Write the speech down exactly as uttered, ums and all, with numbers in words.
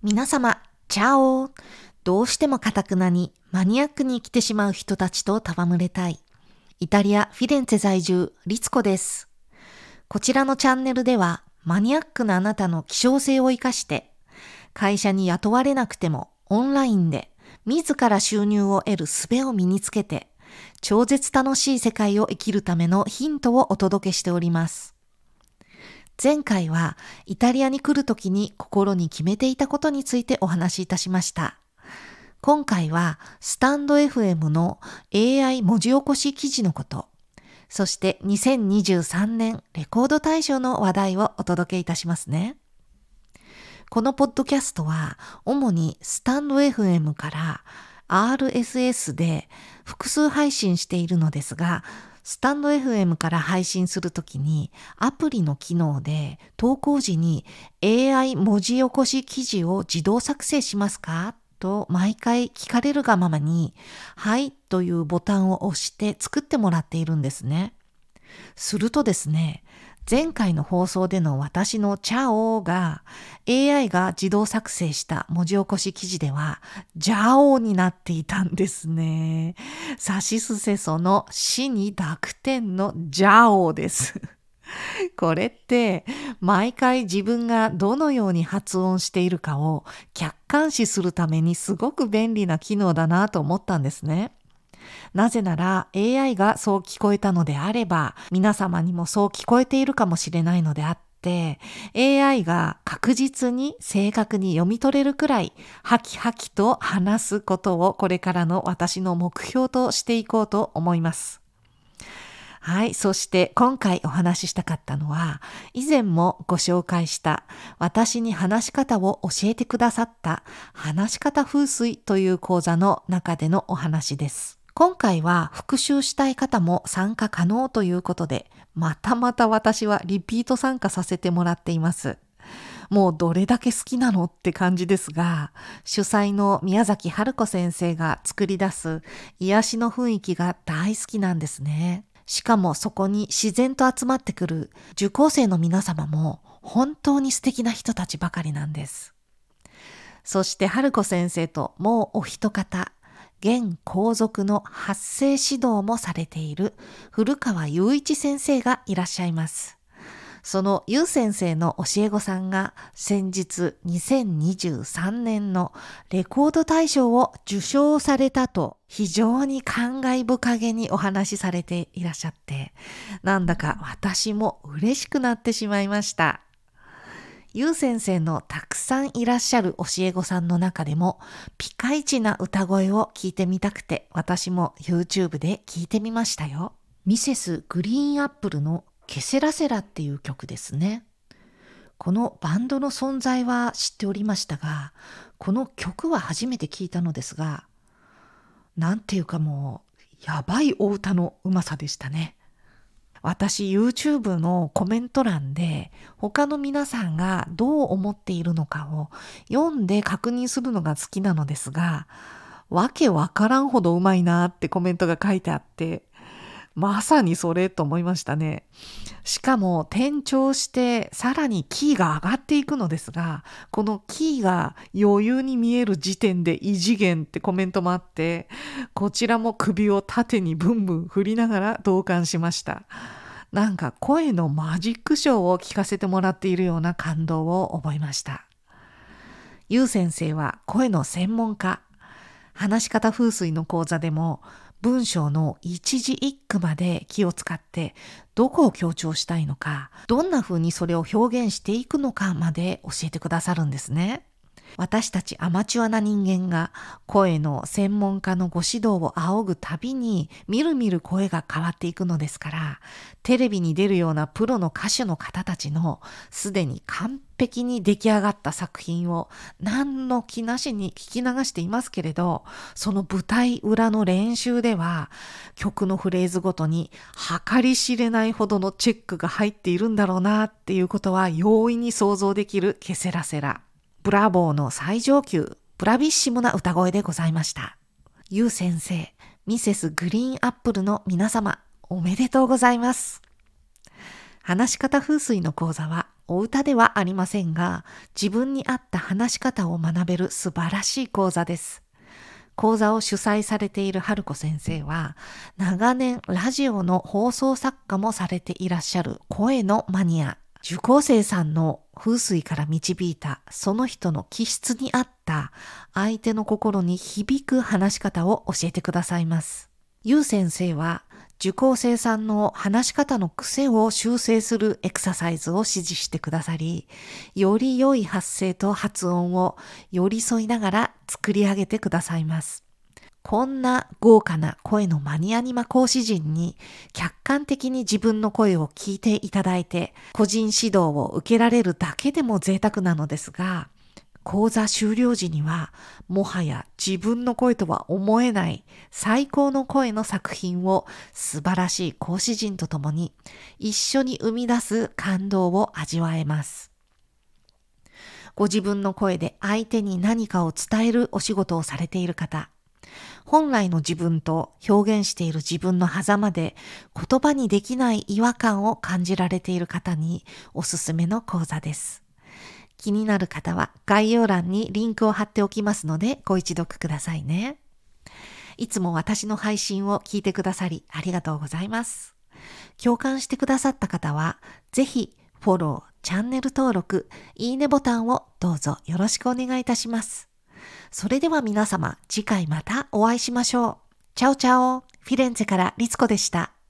皆様、チャオ。どうしても堅くなにマニアックに生きてしまう人たちと戯れたい。イタリア・フィレンツェ在住、リツコです。こちらのチャンネルでは、マニアックなあなたの希少性を生かして、会社に雇われなくてもオンラインで自ら収入を得る術を身につけて、超絶楽しい世界を生きるためのヒントをお届けしております。前回はイタリアに来るときに心に決めていたことについてお話しいたしました。今回はスタンド エフエム の エーアイ 文字起こし記事のこと、そしてにせんにじゅうさんねんレコード大賞の話題をお届けいたしますね。このポッドキャストは主にスタンド エフエム から アールエスエス で複数配信しているのですが、スタンド エフエム から配信するときにアプリの機能で投稿時に エーアイ 文字起こし記事を自動作成しますかと毎回聞かれるがままにはいというボタンを押して作ってもらっているんですね。するとですね、前回の放送での私のチャオが エーアイ が自動作成した文字起こし記事ではジャオになっていたんですね。さしすせその死に濁点のジャオです。これって毎回自分がどのように発音しているかを客観視するためにすごく便利な機能だなと思ったんですね。なぜなら エーアイ がそう聞こえたのであれば、皆様にもそう聞こえているかもしれないのであって、エーアイ が確実に正確に読み取れるくらい、ハキハキと話すことをこれからの私の目標としていこうと思います。はい。そして今回お話ししたかったのは、以前もご紹介した私に話し方を教えてくださった話し方風水という講座の中でのお話です。今回は復習したい方も参加可能ということで、またまた私はリピート参加させてもらっています。もうどれだけ好きなのって感じですが、主催の宮崎春子先生が作り出す癒しの雰囲気が大好きなんですね。しかもそこに自然と集まってくる受講生の皆様も本当に素敵な人たちばかりなんです。そして春子先生ともうお一方、現皇族の発声指導もされている古川雄一先生がいらっしゃいます。その雄先生の教え子さんが先日にせんにじゅうさんねんのレコード大賞を受賞されたと非常に感慨深げにお話しされていらっしゃって、なんだか私も嬉しくなってしまいました。ゆう先生のたくさんいらっしゃる教え子さんの中でもピカイチな歌声を聞いてみたくて、私も YouTube で聞いてみましたよ。ミセスグリーンアップルのケセラセラっていう曲ですね。このバンドの存在は知っておりましたが、この曲は初めて聞いたのですが、なんていうかもうやばいお歌のうまさでしたね。私 YouTube のコメント欄で他の皆さんがどう思っているのかを読んで確認するのが好きなのですが、わけわからんほどうまいなってコメントが書いてあって、まさにそれと思いましたね。しかも転調してさらにキーが上がっていくのですが、このキーが余裕に見える時点で異次元ってコメントもあって、こちらも首を縦にブンブン振りながら同感しました。なんか声のマジックショーを聞かせてもらっているような感動を覚えました。ゆう先生は声の専門家。話し方風水の講座でも文章の一字一句まで気を使ってどこを強調したいのか、どんな風にそれを表現していくのかまで教えてくださるんですね。私たちアマチュアな人間が声の専門家のご指導を仰ぐたびにみるみる声が変わっていくのですから、テレビに出るようなプロの歌手の方たちのすでに完璧に出来上がった作品を何の気なしに聞き流していますけれど、その舞台裏の練習では曲のフレーズごとに計り知れないほどのチェックが入っているんだろうなっていうことは容易に想像できるケセラセラ。ブラボーの最上級、ブラビッシムな歌声でございました。ゆう先生、ミセスグリーンアップルの皆様、おめでとうございます。話し方風水の講座はお歌ではありませんが、自分に合った話し方を学べる素晴らしい講座です。講座を主催されている春子先生は、長年ラジオの放送作家もされていらっしゃる声のマニア。受講生さんの風水から導いたその人の気質に合った相手の心に響く話し方を教えてくださいます。ゆう先生は受講生さんの話し方の癖を修正するエクササイズを指示してくださり、より良い発声と発音を寄り添いながら作り上げてくださいます。こんな豪華な声のマニアニマ講師陣に客観的に自分の声を聞いていただいて個人指導を受けられるだけでも贅沢なのですが、講座終了時にはもはや自分の声とは思えない最高の声の作品を素晴らしい講師陣とともに一緒に生み出す感動を味わえます。ご自分の声で相手に何かを伝えるお仕事をされている方、本来の自分と表現している自分の狭間で言葉にできない違和感を感じられている方におすすめの講座です。気になる方は概要欄にリンクを貼っておきますのでご一読くださいね。いつも私の配信を聞いてくださりありがとうございます。共感してくださった方はぜひフォロー、チャンネル登録、いいねボタンをどうぞよろしくお願いいたします。それでは皆様、次回またお会いしましょう。チャオチャオ、フィレンツェからリツコでした。